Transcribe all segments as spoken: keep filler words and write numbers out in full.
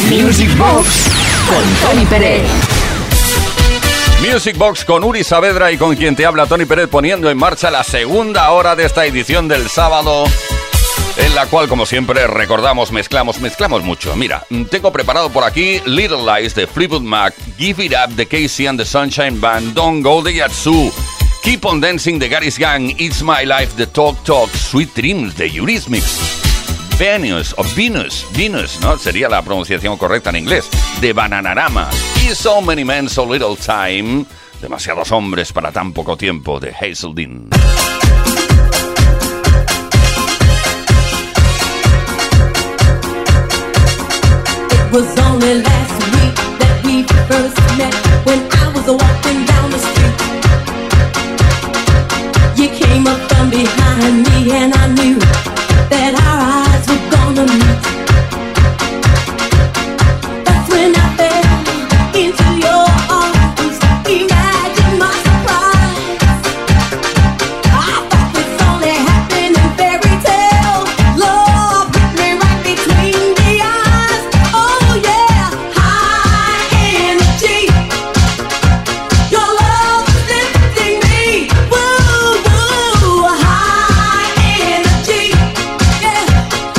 Music Box con Tony Pérez. Music Box con Uri Saavedra y con quien te habla Tony Pérez, poniendo en marcha la segunda hora de esta edición del sábado, en la cual, como siempre, recordamos, mezclamos, mezclamos mucho. Mira, tengo preparado por aquí Little Lies de Fleetwood Mac, Give It Up de Casey and the Sunshine Band, Don't Go de Yatsu, Keep on Dancing de Gary's Gang, It's My Life de Talk Talk, Sweet Dreams de Eurythmics, Venus, o Venus, Venus, ¿no? Sería la pronunciación correcta en inglés, de Bananarama, y So Many Men, So Little Time, Demasiados Hombres para Tan Poco Tiempo, de Hazel Dean. It was only last week that we first met, when I was walking down the street. You came up from behind me and I knew that our eyes were gonna meet. That's when I fell into your arms. Imagine my surprise. I thought this only happened in fairy tales. Love hit me right between the eyes. Oh yeah, high energy. Your love is lifting me. Woo woo, high energy. Yeah.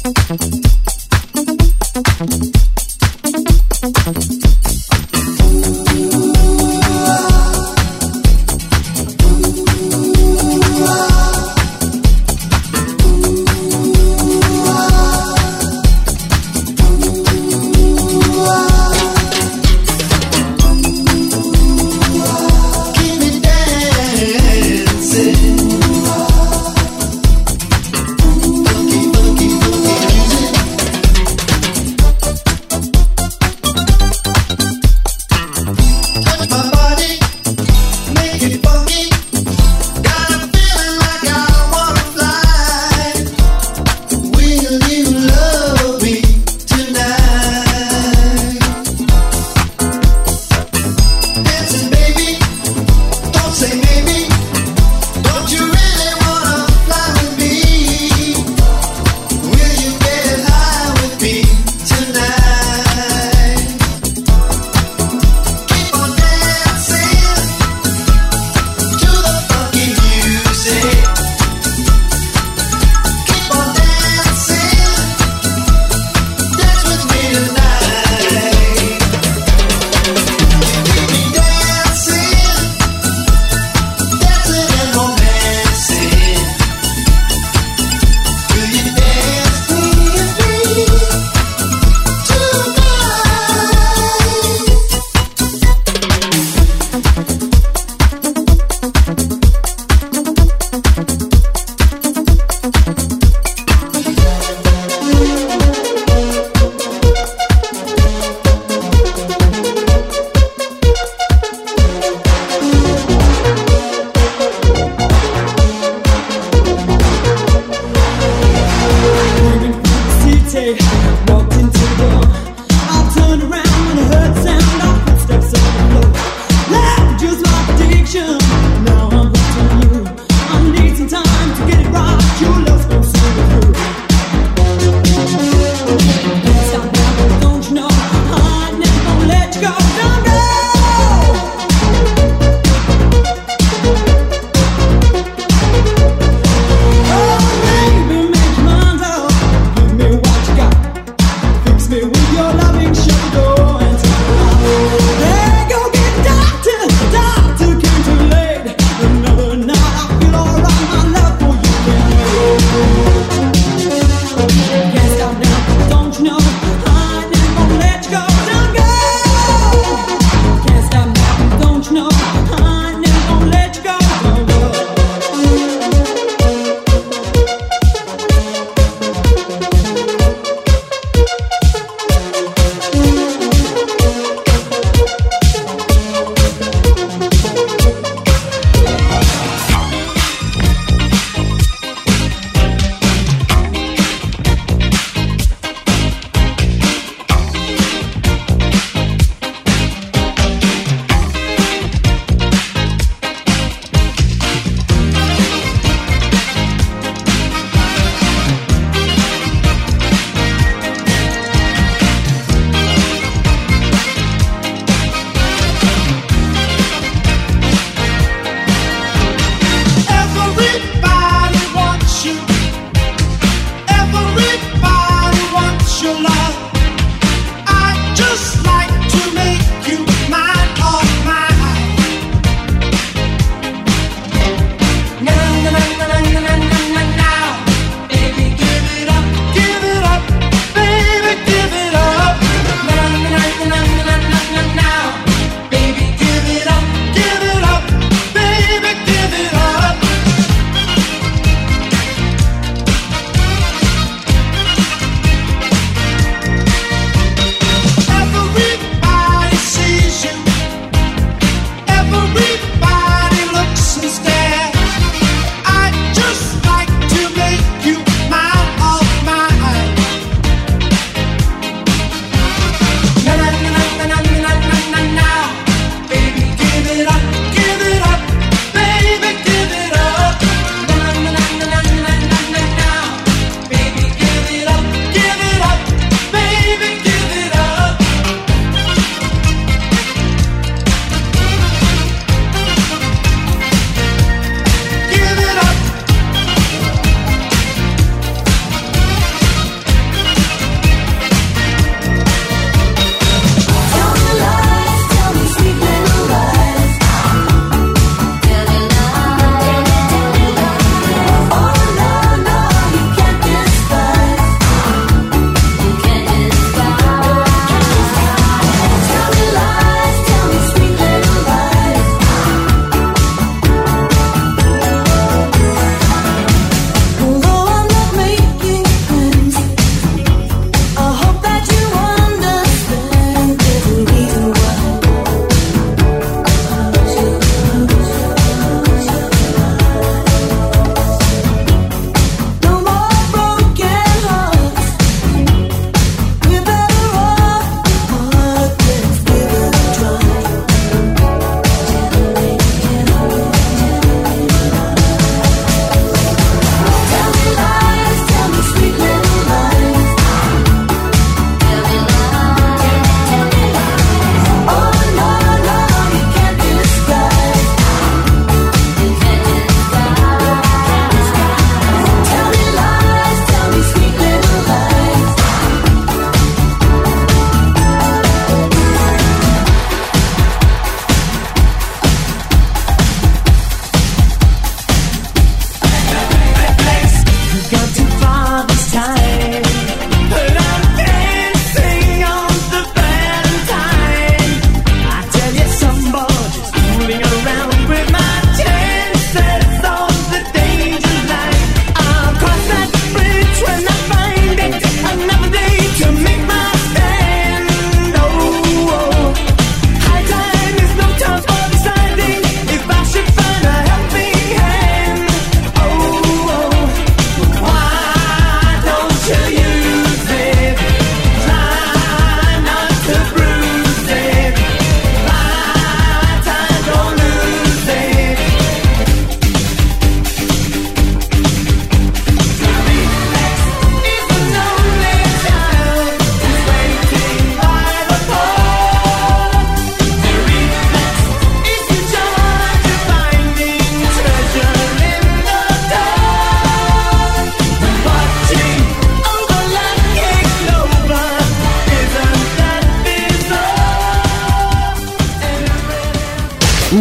Funky, funky, funky music.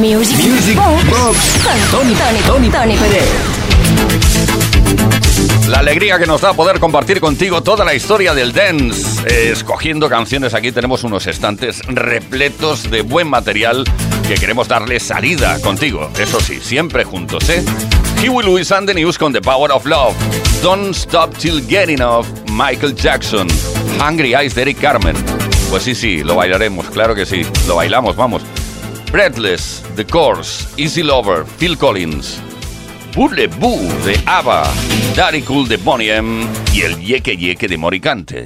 Music, Music Box Box con Tony, Tony, Tony, Tony Pérez. La alegría que nos da poder compartir contigo toda la historia del dance. Eh, escogiendo canciones, aquí tenemos unos estantes repletos de buen material que queremos darle salida contigo. Eso sí, siempre juntos, ¿eh? Huey Lewis and the News con The Power of Love. Don't Stop Till Getting Off, Michael Jackson. Hungry Eyes de Eric Carmen. Pues sí, sí, lo bailaremos, claro que sí. Lo bailamos, vamos. Breathless, The Course, Easy Lover, Phil Collins. Boulevou de ABBA, Daddy Cool de Boney M y el Yeque Yeque de Moricante.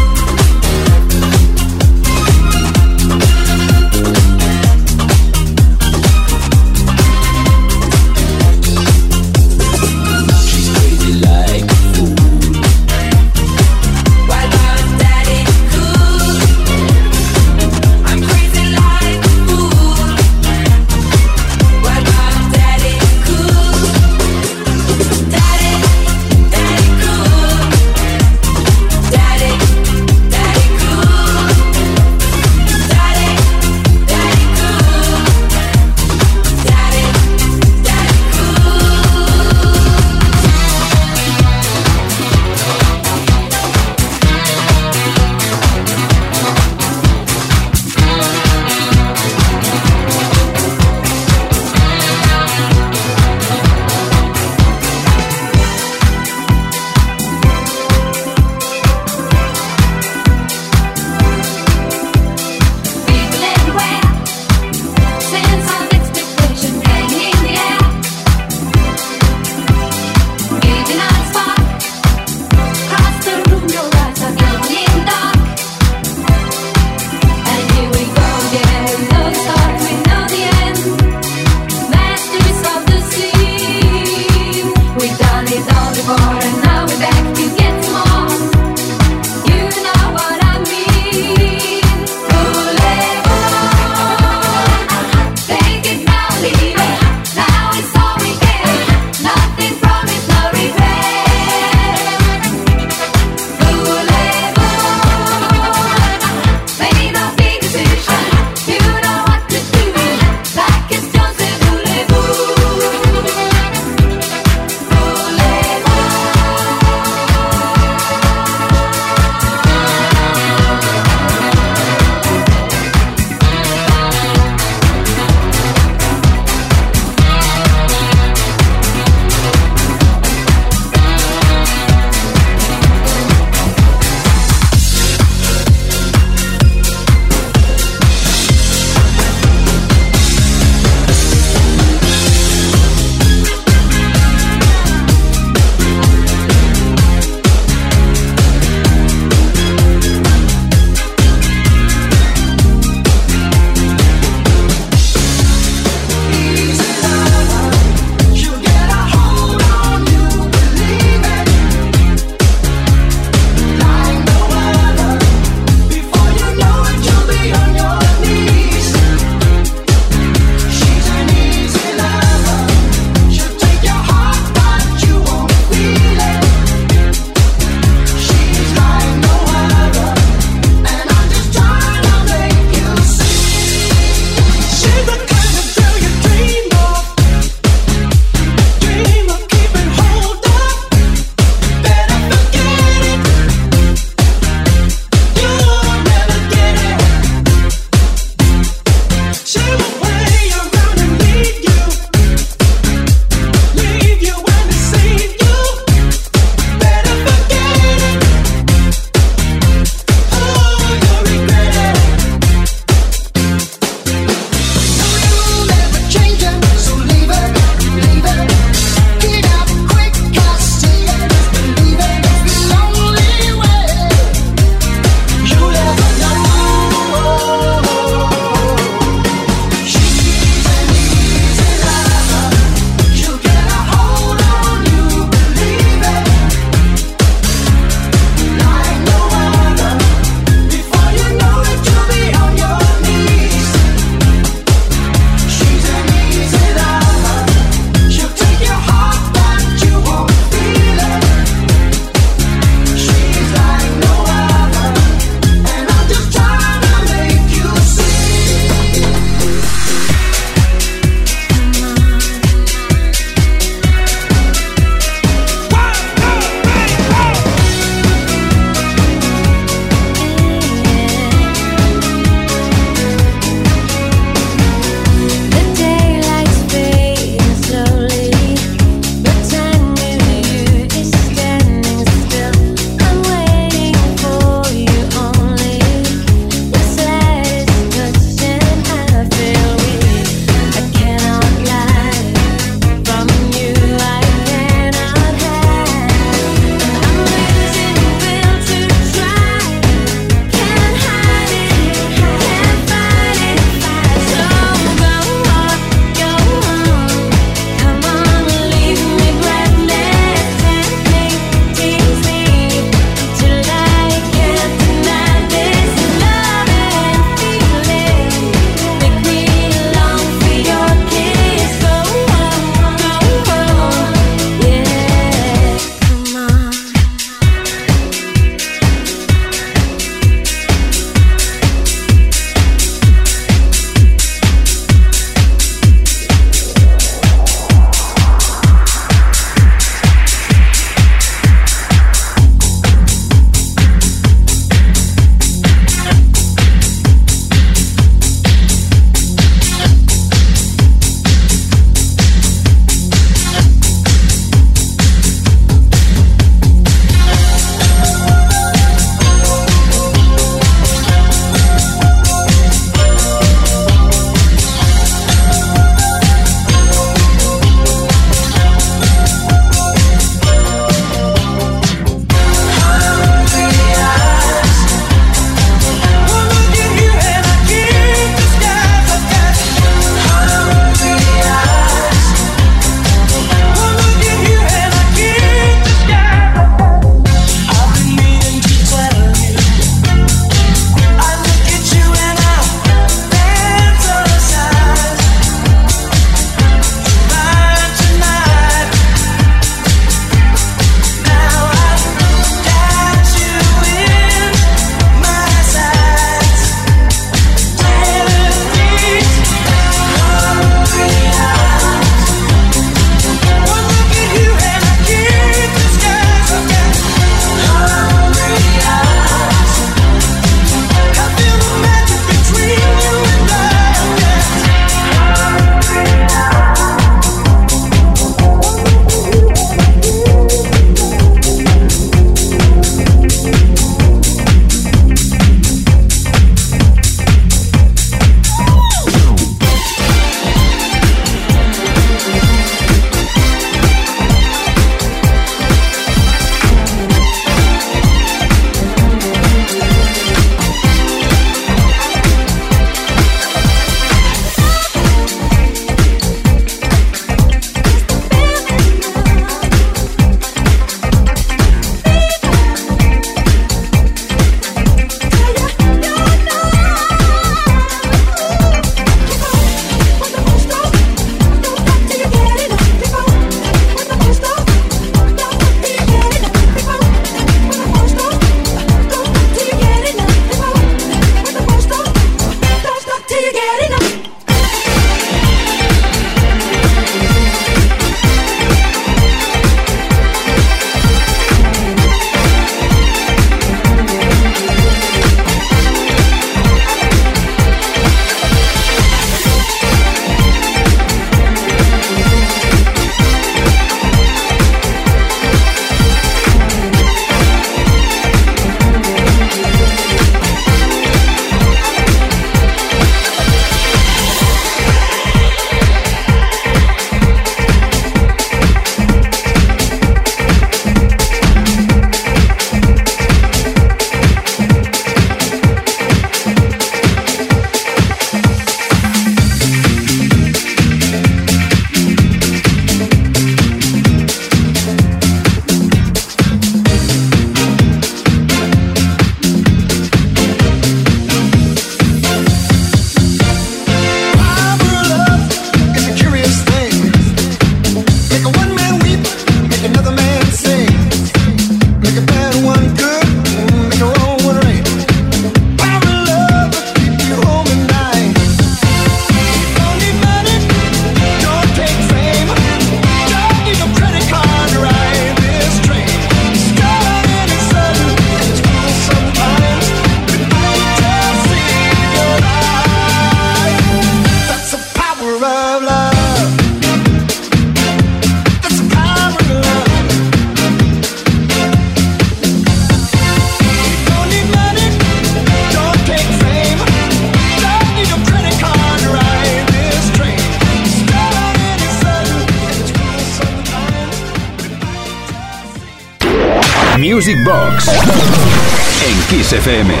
Music Box en Kiss F M.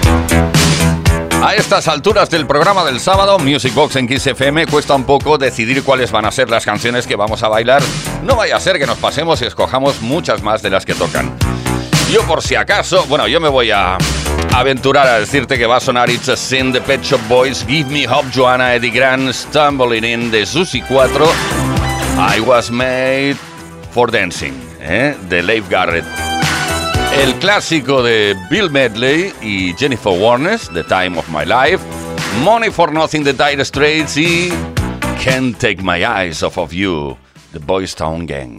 A estas alturas del programa del sábado, Music Box en Kiss F M, cuesta un poco decidir cuáles van a ser las canciones que vamos a bailar. No vaya a ser que nos pasemos y escojamos muchas más de las que tocan. Yo por si acaso, bueno, yo me voy a aventurar a decirte que va a sonar It's a Sin de Pet Shop Boys, Give Me Hope, Joanna, Eddie Grant, Stumbling In de Susie cuatro, I Was Made for Dancing, ¿eh? de Leif Garrett. El clásico de Bill Medley y Jennifer Warnes, The Time of My Life, Money for Nothing de Dire Straits y Can't Take My Eyes Off of You, The Boys Town Gang.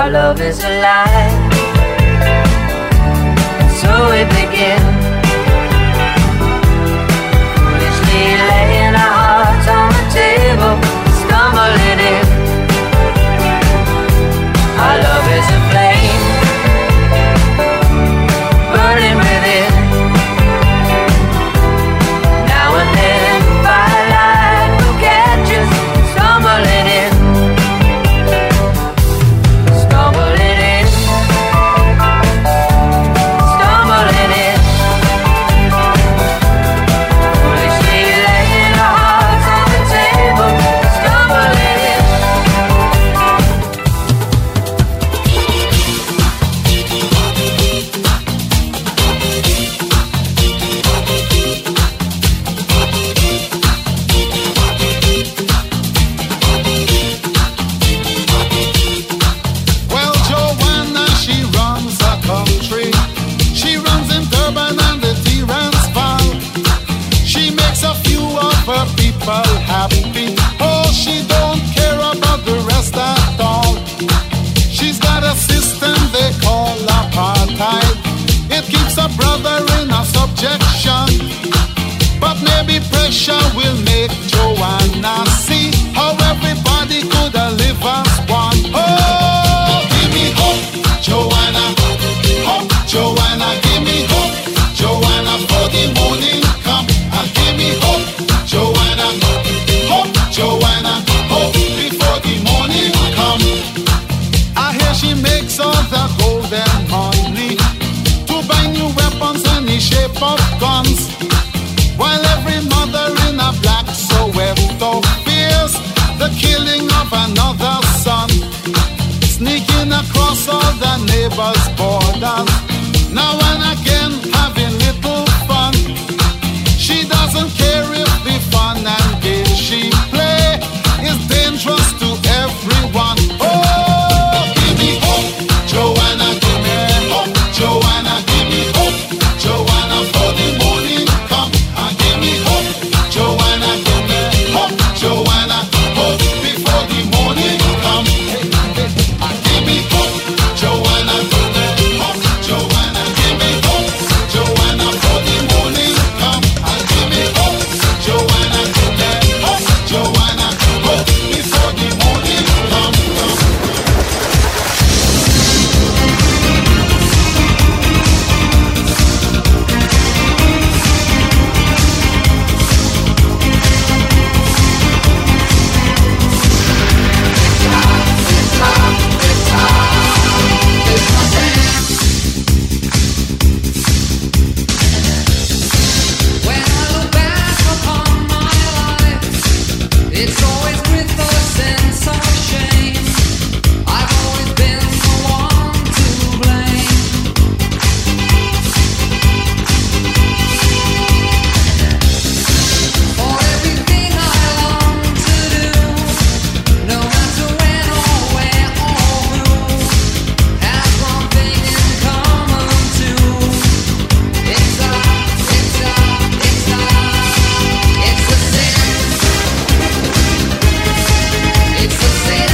Our love is alive, so we begin, foolishly laying our hearts on the table, stumbling in. Our love is a flame, burning within. Now and then, firelight will catch us, stumbling in, stumbling in, stumbling in. Foolishly laying our hearts on the table, stumbling in. Well, Joanna, she runs a country. She runs in Durban and the Transvaal. She makes a few of her people happy. Oh, she don't care about the rest at all. She's got a system they call apartheid. It keeps a brother in a subjection. But maybe pressure will make Joanna see how everybody could have lived as one. Oh, give me hope, Joanna. Hope, Joanna, give me hope, Joanna, for the morning come. And give me hope, Joanna. Hope, Joanna, hope before the morning come. I hear she makes all the golden money to buy new weapons in the shape of guns. While every mother in a black Soweto fears the killing of another son, sneaking across all the neighbors' borders, now and again having little fun. She doesn't care if the fun and game she play is dangerous to everyone. Oh, give me hope, Joanna, give me hope, Joanna, give me hope, Joanna, for the morning come. And give me hope, Joanna, give me hope, Joanna, hope before the morning come. And give me hope, Joanna, give me hope, Joanna, give me hope, Joanna, for the morning come. And give me hope, Joanna, give me hope, Joanna, hope before the morning come. When I look back upon my life, it's always with a sense of shame. I've always been the one to blame. For everything I long to do, no matter when or where or who, has one thing in common too. It's a, it's a, it's a, it's a sin. It's a sin.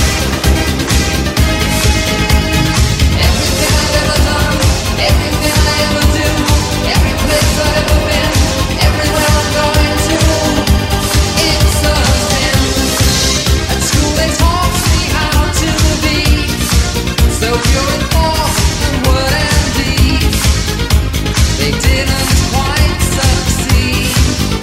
Everything I've ever done, everything I ever do, every place I've ever been, everywhere I'm going to, it's a sin. At school they taught me how to be so pure in thought and word and deed. They didn't quite succeed.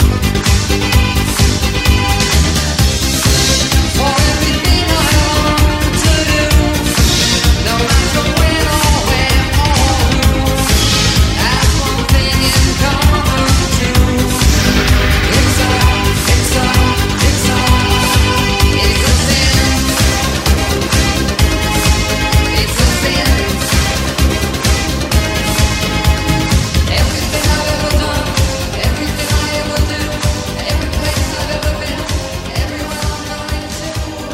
For everything I want to do, no matter when or where or who, has one thing in common too. It's a, it's a, it's a, it's a sin. It's a sin. Everything I've ever done, everything I ever do, every place I've ever been, everywhere I'm going to,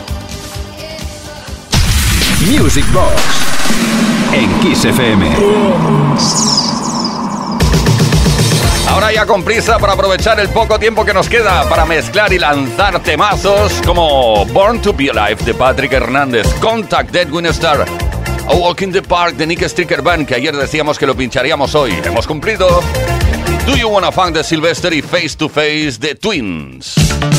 it's a Music Box en Kiss F M. Ahora ya con prisa para aprovechar el poco tiempo que nos queda para mezclar y lanzar temazos como Born to Be Alive de Patrick Hernández, Contact de Edwin Starr, A Walk in the Park de Nick Stricker Band, que ayer decíamos que lo pincharíamos hoy. Hemos cumplido. Do You Wanna Funk de Sylvester y Face to Face de Twins.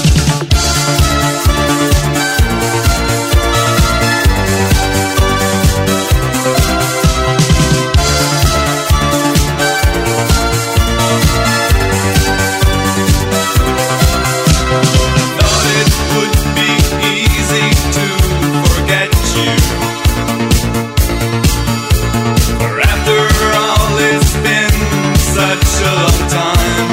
Such a long time,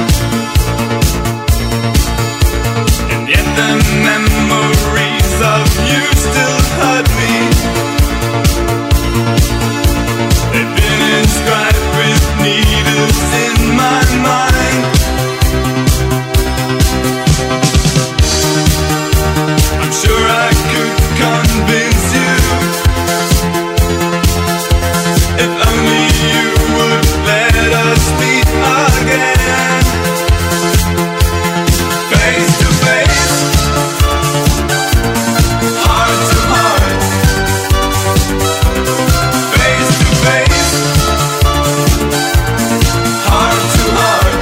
and yet the memories of you still hurt me. They've been inscribed with needles in my mind. I'm sure I could convince you, if only you would let us meet again, face to face, heart to heart, face to face, heart to heart.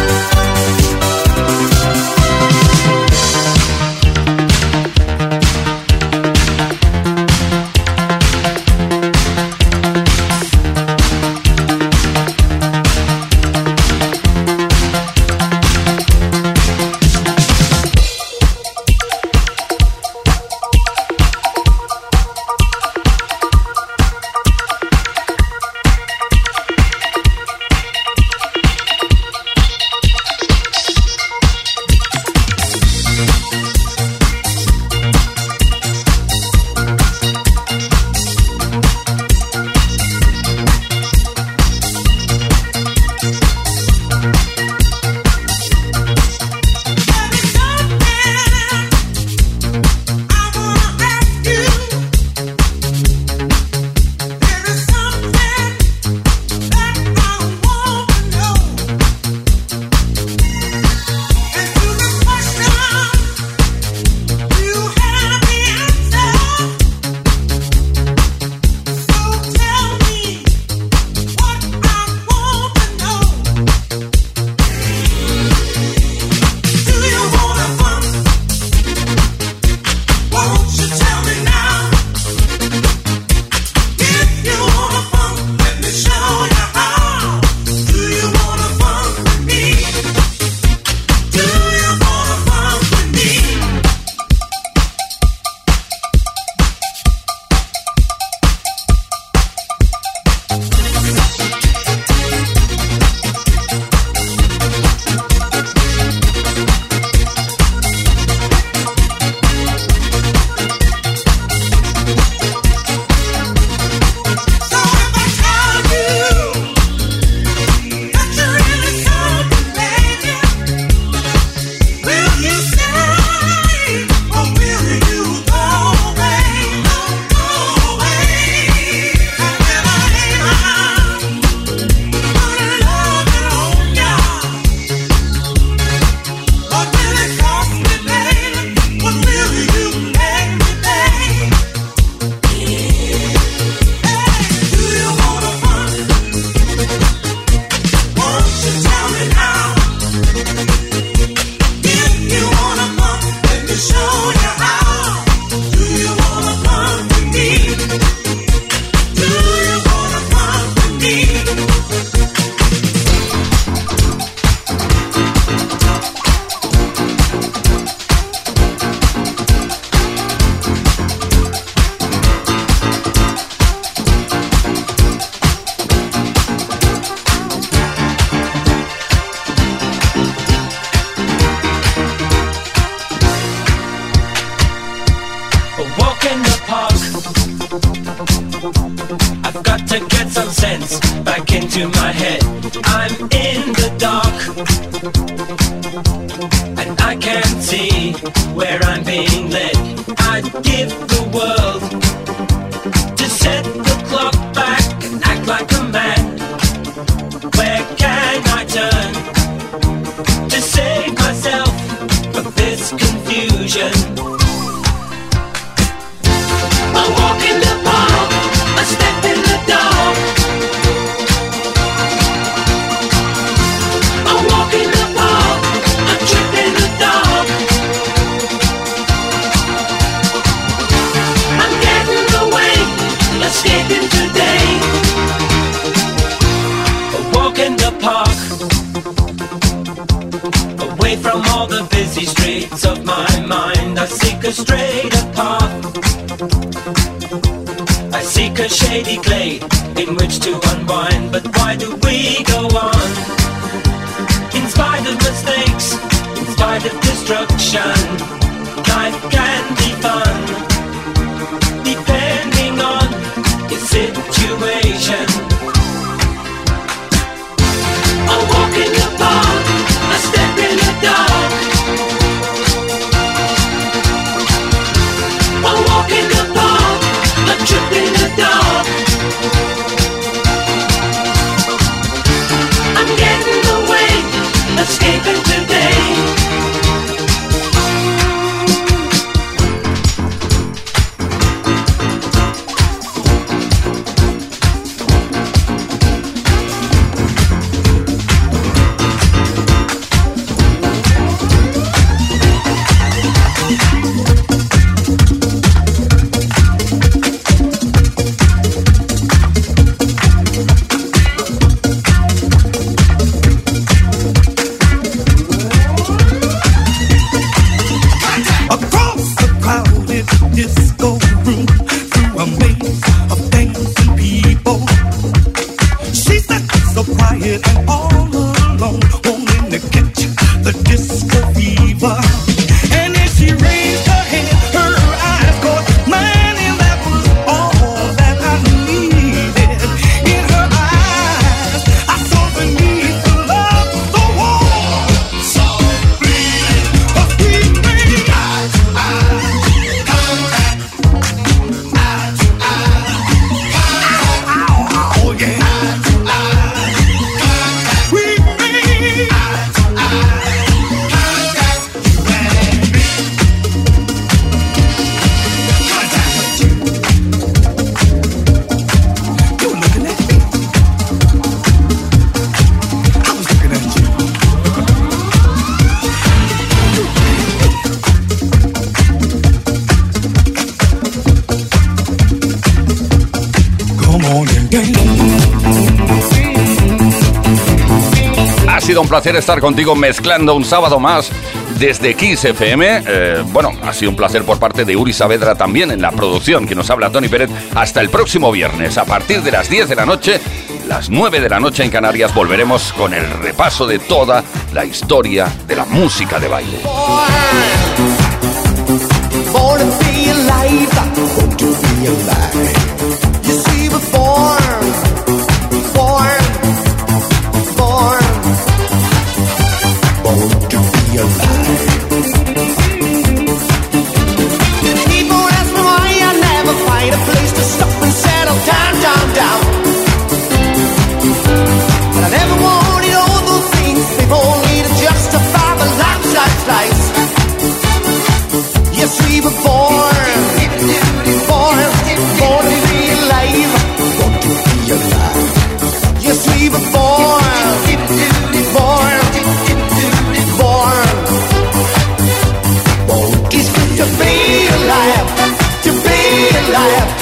into my head. I'm in the dark, and I can't see where I'm being led. I'd give the world to set the clock back and act like a man. Where can I turn? from all the busy streets of my mind. I seek a straighter path. I seek a shady glade in which to unwind. But why do we go on? In spite of mistakes, in spite of destruction, life can be fun, depending on your situation. A walk in the park, a step in the dark. A walk in the park, a trip in the dark. I'm getting away, escaping today. Ha sido un placer estar contigo mezclando un sábado más desde Kiss F M. Eh, bueno, ha sido un placer por parte de Uri Saavedra también en la producción, que nos habla Tony Pérez. Hasta el próximo viernes, a partir de las diez de la noche, las nueve de la noche en Canarias, volveremos con el repaso de toda la historia de la música de baile. Born to be alive, born to be alive. You see, we're born, born, born, born to be alive. People ask me why I never find a place to stop and settle down, down, down. But I never wanted all those things people need to justify the lives, lives, lives. Yes, we were born, born, born to be alive, born to be alive. Yes, we were born, born, born, born. It's good to be alive, to be alive.